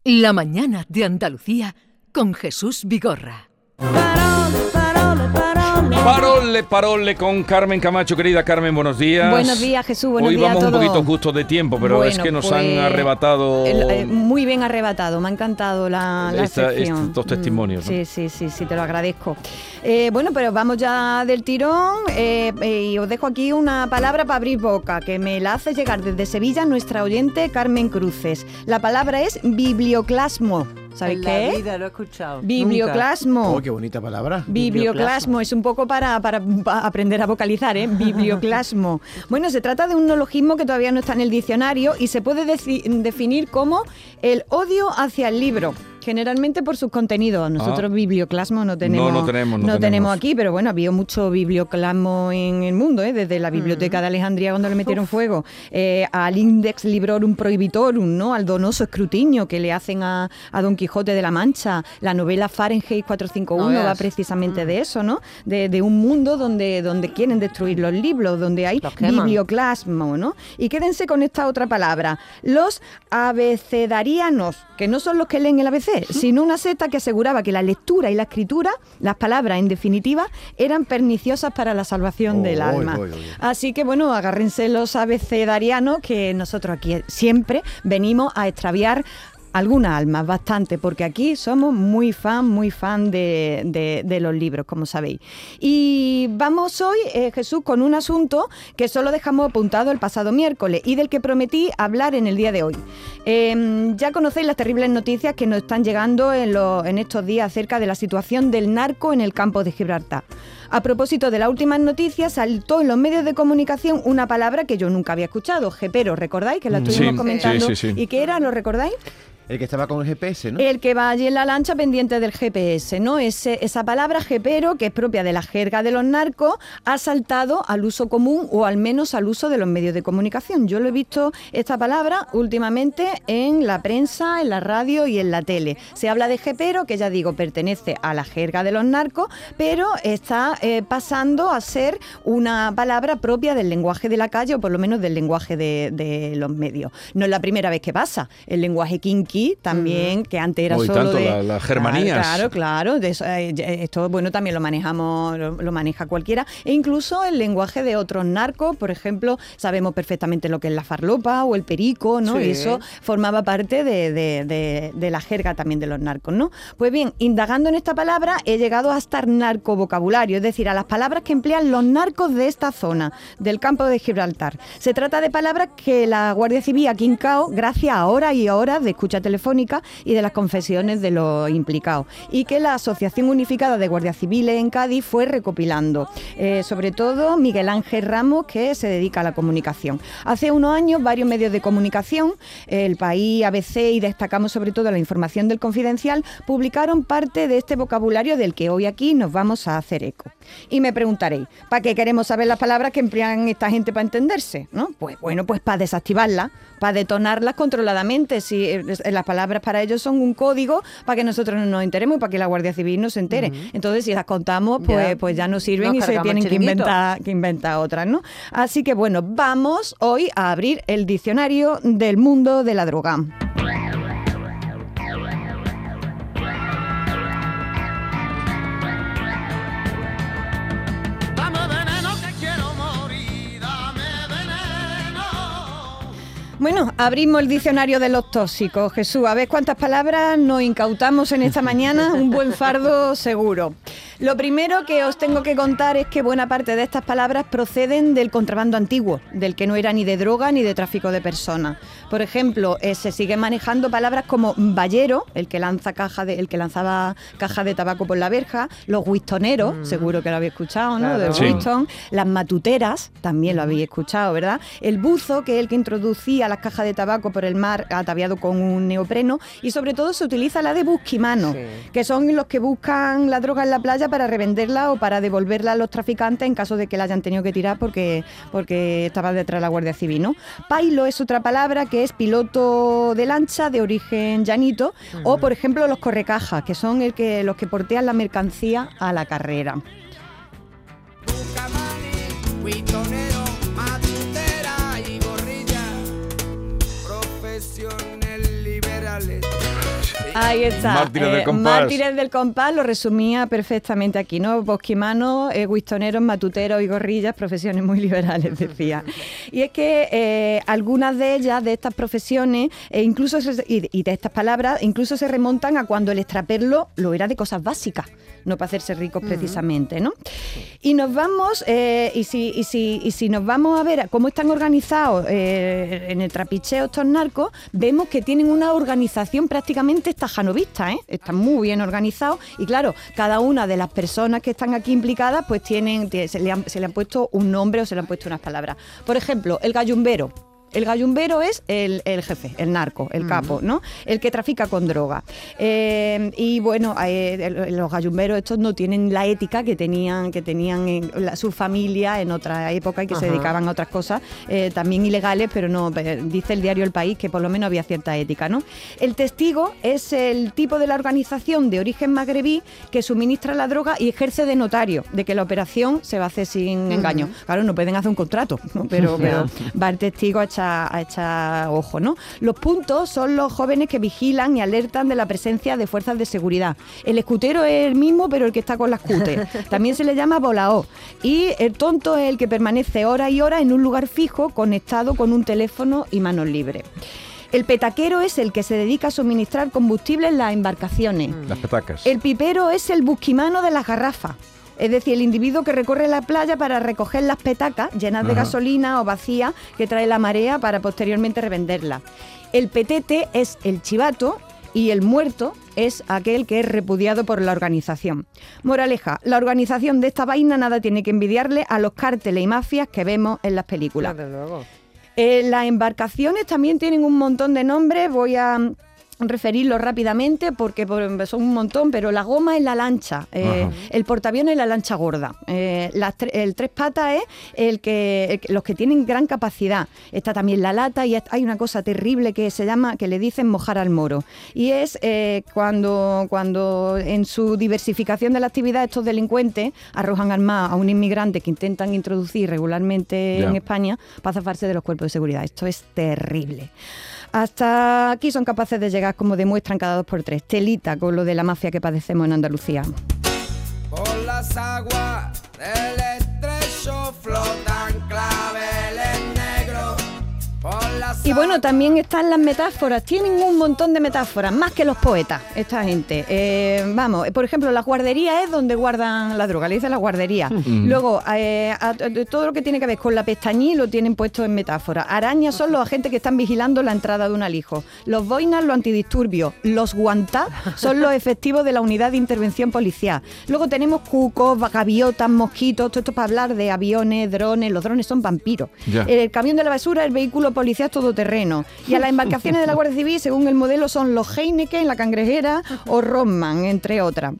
La mañana de Andalucía con Jesús Vigorra. Parole con Carmen Camacho. Querida Carmen, buenos días. Buenos días, Jesús, buenos días a todos. Hoy vamos un poquito justos de tiempo, pero bueno, es que nos han arrebatado... Muy bien arrebatado, me ha encantado la sección. Estos testimonios, ¿no? Sí, te lo agradezco. Bueno, pero vamos ya del tirón y os dejo aquí una palabra para abrir boca, que me la hace llegar desde Sevilla nuestra oyente Carmen Cruces. La palabra es biblioclasmo. ¿Sabéis qué es? En la vida lo he escuchado. Biblioclasmo. Oh, qué bonita palabra. Biblioclasmo, es un poco para aprender a vocalizar, ¿eh? Biblioclasmo. Bueno, se trata de un neologismo que todavía no está en el diccionario y se puede definir como el odio hacia el libro. Generalmente por sus contenidos. Nosotros biblioclasmo no tenemos aquí, pero bueno, había mucho biblioclasmo en el mundo, desde la Biblioteca de Alejandría cuando le metieron fuego, al Index Librorum Prohibitorum, ¿no? Al donoso escrutinio que le hacen a Don Quijote de la Mancha. La novela Fahrenheit 451 va precisamente de eso, ¿no? De un mundo donde quieren destruir los libros, donde hay biblioclasmo, ¿no? Y quédense con esta otra palabra, los abecedarianos, que no son los que leen el ABC, sino una secta que aseguraba que la lectura y la escritura, las palabras en definitiva, eran perniciosas para la salvación del alma. Así que bueno, agárrense los abecedarianos, que nosotros aquí siempre venimos a extraviar algunas almas, bastante, porque aquí somos muy fan de los libros, como sabéis. Y vamos hoy, Jesús, con un asunto que solo dejamos apuntado el pasado miércoles y del que prometí hablar en el día de hoy. Ya conocéis las terribles noticias que nos están llegando en estos días acerca de la situación del narco en el campo de Gibraltar. A propósito de las últimas noticias, saltó en los medios de comunicación una palabra que yo nunca había escuchado, jepero, ¿recordáis? Que la estuvimos comentando. Sí. ¿Y qué era? ¿Lo recordáis? El que estaba con el GPS, ¿no? El que va allí en la lancha pendiente del GPS, ¿no? Esa palabra jepero, que es propia de la jerga de los narcos, ha saltado al uso común o al menos al uso de los medios de comunicación. Yo lo he visto esta palabra últimamente en la prensa, en la radio y en la tele. Se habla de jepero, que ya digo, pertenece a la jerga de los narcos, pero está pasando a ser una palabra propia del lenguaje de la calle o por lo menos del lenguaje de los medios. No es la primera vez que pasa. El lenguaje kinky también, que antes era solo tanto de... las germanías. Claro. De eso, esto, bueno, también lo manejamos, lo maneja cualquiera. E incluso el lenguaje de otros narcos, por ejemplo, sabemos perfectamente lo que es la farlopa o el perico, ¿no? Sí. Y eso formaba parte de la jerga también de los narcos, ¿no? Pues bien, indagando en esta palabra, he llegado hasta el narcovocabulario, es decir, a las palabras que emplean los narcos de esta zona, del campo de Gibraltar. Se trata de palabras que la Guardia Civil ha quincao gracias a horas y horas de escucha telefónica y de las confesiones de los implicados, y que la Asociación Unificada de Guardias Civiles en Cádiz fue recopilando, sobre todo Miguel Ángel Ramos, que se dedica a la comunicación. Hace unos años varios medios de comunicación, El País, ABC y destacamos sobre todo la Información del Confidencial, publicaron parte de este vocabulario del que hoy aquí nos vamos a hacer eco. Y me preguntaréis, ¿para qué queremos saber las palabras que emplean esta gente para entenderse? ¿No? Pues bueno, pues para desactivarlas, para detonarlas controladamente. Si las palabras para ellos son un código para que nosotros no nos enteremos y para que la Guardia Civil no se entere. Entonces, si las contamos, pues ya no sirven y se tienen que inventar otras, ¿no? Así que bueno, vamos hoy a abrir el diccionario del mundo de la droga. Bueno, abrimos el diccionario de los tóxicos. Jesús, a ver cuántas palabras nos incautamos en esta mañana, un buen fardo seguro. Lo primero que os tengo que contar es que buena parte de estas palabras proceden del contrabando antiguo, del que no era ni de droga ni de tráfico de personas. Por ejemplo, se siguen manejando palabras como ballero, el que lanzaba caja de tabaco por la verja, los wistoneros, seguro que lo habéis escuchado, ¿no? Claro. De Winston, las matuteras, también lo habéis escuchado, ¿verdad? El buzo, que es el que introducía las cajas de tabaco por el mar ataviado con un neopreno, y sobre todo se utiliza la de busquimanos, que son los que buscan la droga en la playa para revenderla o para devolverla a los traficantes en caso de que la hayan tenido que tirar porque estaba detrás de la Guardia Civil, ¿no? Pailo es otra palabra que es piloto de lancha de origen llanito, o por ejemplo los correcajas, que son los que portean la mercancía a la carrera. Ahí está. Mártires del compás. Mártires del compás lo resumía perfectamente aquí, ¿no? Bosquimanos, guistoneros, matuteros y gorrillas, profesiones muy liberales, decía. Y es que algunas de ellas, de estas profesiones, y de estas palabras, incluso se remontan a cuando el extraperlo lo era de cosas básicas, no para hacerse ricos precisamente, ¿no? Y nos vamos, y si nos vamos a ver cómo están organizados en el trapicheo estos narcos, vemos que tienen una organización prácticamente tajanovista, ¿eh? Están muy bien organizados y claro, cada una de las personas que están aquí implicadas pues se le han puesto un nombre o se le han puesto unas palabras. Por ejemplo, el gallumbero. El gallumbero es el jefe, el narco, el capo, ¿no? El que trafica con droga. Y bueno, los gallumberos estos no tienen la ética que tenían su familia en otra época y que se dedicaban a otras cosas también ilegales, pero no, dice el diario El País que por lo menos había cierta ética, ¿no? El testigo es el tipo de la organización de origen magrebí que suministra la droga y ejerce de notario, de que la operación se va a hacer sin engaño. Claro, no pueden hacer un contrato, ¿no? Pero va el testigo a echar ojo, ¿no? Los puntos son los jóvenes que vigilan y alertan de la presencia de fuerzas de seguridad. El escutero es el mismo, pero el que está con la scooter. También se le llama volaó. Y el tonto es el que permanece horas y horas en un lugar fijo, conectado con un teléfono y manos libres. El petaquero es el que se dedica a suministrar combustible en las embarcaciones. Las petacas. El pipero es el busquimano de las garrafas. Es decir, el individuo que recorre la playa para recoger las petacas llenas de gasolina o vacías que trae la marea para posteriormente revenderlas. El petete es el chivato y el muerto es aquel que es repudiado por la organización. Moraleja, la organización de esta vaina nada tiene que envidiarle a los cárteles y mafias que vemos en las películas. Desde luego. Las embarcaciones también tienen un montón de nombres, voy a referirlo rápidamente porque son un montón, pero la goma es la lancha, el portaaviones es la lancha gorda, el tres patas es los que tienen gran capacidad. Está también la lata y hay una cosa terrible que se llama, que le dicen mojar al moro, y es cuando en su diversificación de la actividad estos delincuentes arrojan armados a un inmigrante que intentan introducir irregularmente en España para zafarse de los cuerpos de seguridad. Esto es terrible. Hasta aquí son capaces de llegar, como demuestran cada 2x3. Telita con lo de la mafia que padecemos en Andalucía. Por las aguas del estrecho flotan claveles negros. Y bueno, también están las metáforas. Tienen un montón de metáforas, más que los poetas, esta gente. Vamos, por ejemplo, la guardería es donde guardan la droga, le dicen la guardería. Luego, todo lo que tiene que ver con la pestañí lo tienen puesto en metáfora. Arañas son los agentes que están vigilando la entrada de un alijo. Los boinas, los antidisturbios. Los guantá son los efectivos de la unidad de intervención policial. Luego tenemos cucos, gaviotas, mosquitos, todo esto para hablar de aviones, drones. Los drones son vampiros. El camión de la basura, el vehículo policial todoterreno. Y a las embarcaciones de la Guardia Civil, según el modelo, son los Heineken, la Cangrejera o Rossmann, entre otras.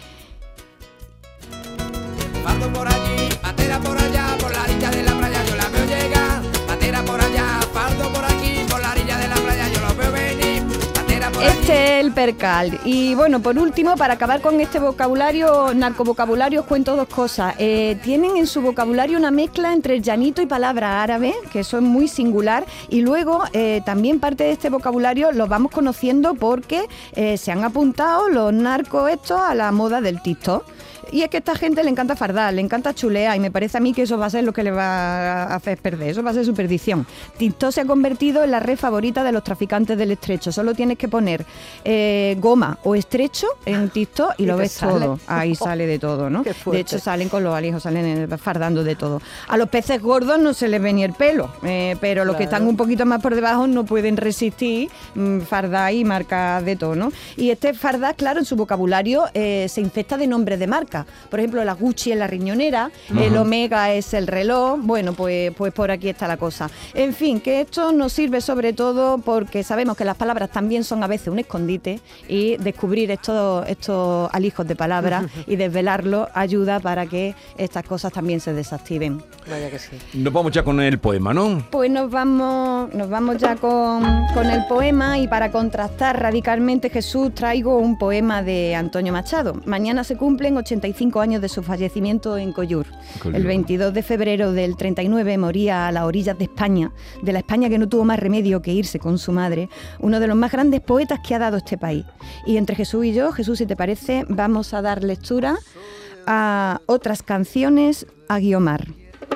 Pardo por allí, patera por allá, por la orilla de la playa yo la veo llegar. Patera por allá, pardo por aquí, por la orilla de la playa yo lo veo venir. Patera por allí. Este es el percal. Y bueno, por último, para acabar con este vocabulario, narcovocabulario, os cuento dos cosas. Tienen en su vocabulario una mezcla entre el llanito y palabra árabe, que eso es muy singular. Y luego también parte de este vocabulario lo vamos conociendo porque se han apuntado los narcos estos a la moda del TikTok. Y es que a esta gente le encanta fardar, le encanta chulear, y me parece a mí que eso va a ser lo que le va a hacer perder, eso va a ser su perdición. TikTok se ha convertido en la red favorita de los traficantes del estrecho. Solo tienes que poner goma o estrecho en TikTok y lo ves sale todo. Ahí sale de todo, ¿no? De hecho, salen con los alijos, salen fardando de todo. A los peces gordos no se les ve ni el pelo, pero los que están un poquito más por debajo no pueden resistir fardar y marcar de todo, ¿no? Y este fardar, claro, en su vocabulario se infecta de nombres de marca. Por ejemplo, la Gucci es la riñonera, el Omega es el reloj. Bueno, pues por aquí está la cosa. En fin, que esto nos sirve sobre todo porque sabemos que las palabras también son a veces un escondite, y descubrir estos alijos de palabras y desvelarlos ayuda para que estas cosas también se desactiven. Vaya que sí. Nos vamos ya con el poema, ¿no? Pues nos vamos ya con el poema, y para contrastar radicalmente, Jesús, traigo un poema de Antonio Machado. Mañana se cumplen 85 85 años de su fallecimiento en Collur. El 22 de febrero del 39 moría a las orillas de España, de la España que no tuvo más remedio que irse con su madre, uno de los más grandes poetas que ha dado este país. Y entre Jesús y yo, Jesús, si te parece, vamos a dar lectura a otras canciones a Guiomar.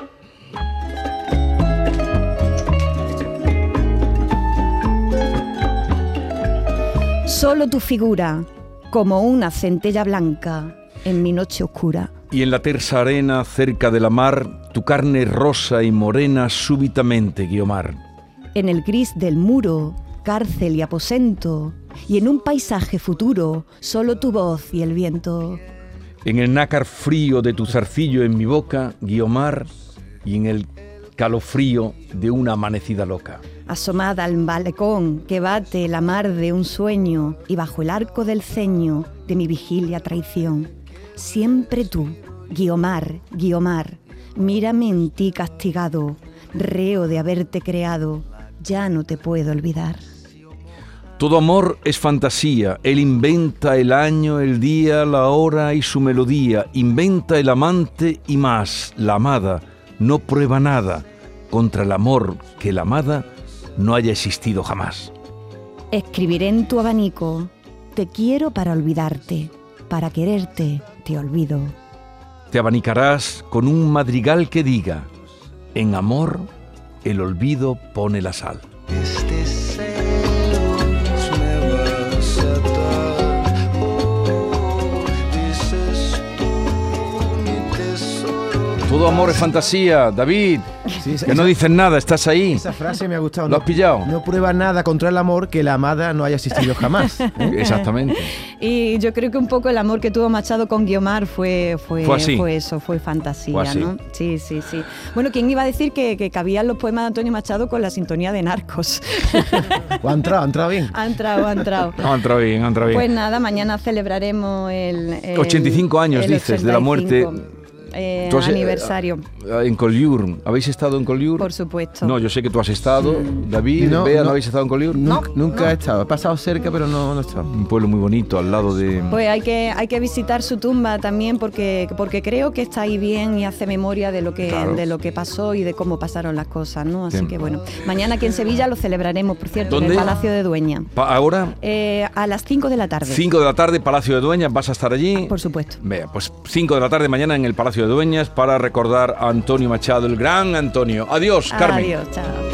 Solo tu figura, como una centella blanca en mi noche oscura. Y en la tersa arena, cerca de la mar, tu carne rosa y morena súbitamente, Guiomar. En el gris del muro, cárcel y aposento, y en un paisaje futuro, solo tu voz y el viento. En el nácar frío de tu zarcillo en mi boca, Guiomar, y en el calofrío de una amanecida loca. Asomada al balcón que bate la mar de un sueño, y bajo el arco del ceño de mi vigilia traición. Siempre tú, Guiomar, Guiomar, mírame en ti castigado, reo de haberte creado, ya no te puedo olvidar. Todo amor es fantasía, él inventa el año, el día, la hora y su melodía, inventa el amante y más, la amada, no prueba nada contra el amor que la amada no haya existido jamás. Escribiré en tu abanico, te quiero para olvidarte, para quererte te olvido. Te abanicarás con un madrigal que diga, en amor el olvido pone la sal. Este celo me vas a dar, oh, dices tú, mi tesoro. Todo amor es fantasía, David. Sí, Que no dices nada, estás ahí. Esa frase me ha gustado. ¿Lo has pillado? No prueba nada contra el amor que la amada no haya existido jamás. Exactamente. Y yo creo que un poco el amor que tuvo Machado con Guiomar fue así. eso, fue fantasía, Fue así. ¿no? Sí, sí, sí. Bueno, ¿quién iba a decir que cabían los poemas de Antonio Machado con la sintonía de Narcos? ¿O ha entrado bien? Ha entrado. Ha entrado bien, ha entrado bien. Pues nada, mañana celebraremos el 85 años, el dices, de la muerte. 85, Tú has- aniversario, En Collioure. ¿Habéis estado en Collioure? por supuesto. No, yo sé que tú has estado. David, No, Bea, ¿no no. habéis estado en Collioure? Nunca he estado. He pasado cerca, pero no he estado. Un pueblo muy bonito, al lado de... Pues hay que visitar su tumba también porque creo que está ahí bien y hace memoria de lo que Claro. de lo que pasó y de cómo pasaron las cosas, ¿no? Así Bien. que bueno, mañana aquí en Sevilla lo celebraremos, por cierto, en ¿Dónde? el Palacio de Dueña. Ahora, A las 5 de la tarde. 5 de la tarde, Palacio de Dueñas, ¿vas a estar allí? Por supuesto. Vea, pues 5 de la tarde mañana en el Palacio de Dueñas para recordar a Antonio Machado, el gran Antonio. Adiós, Carmen. Adiós, chao.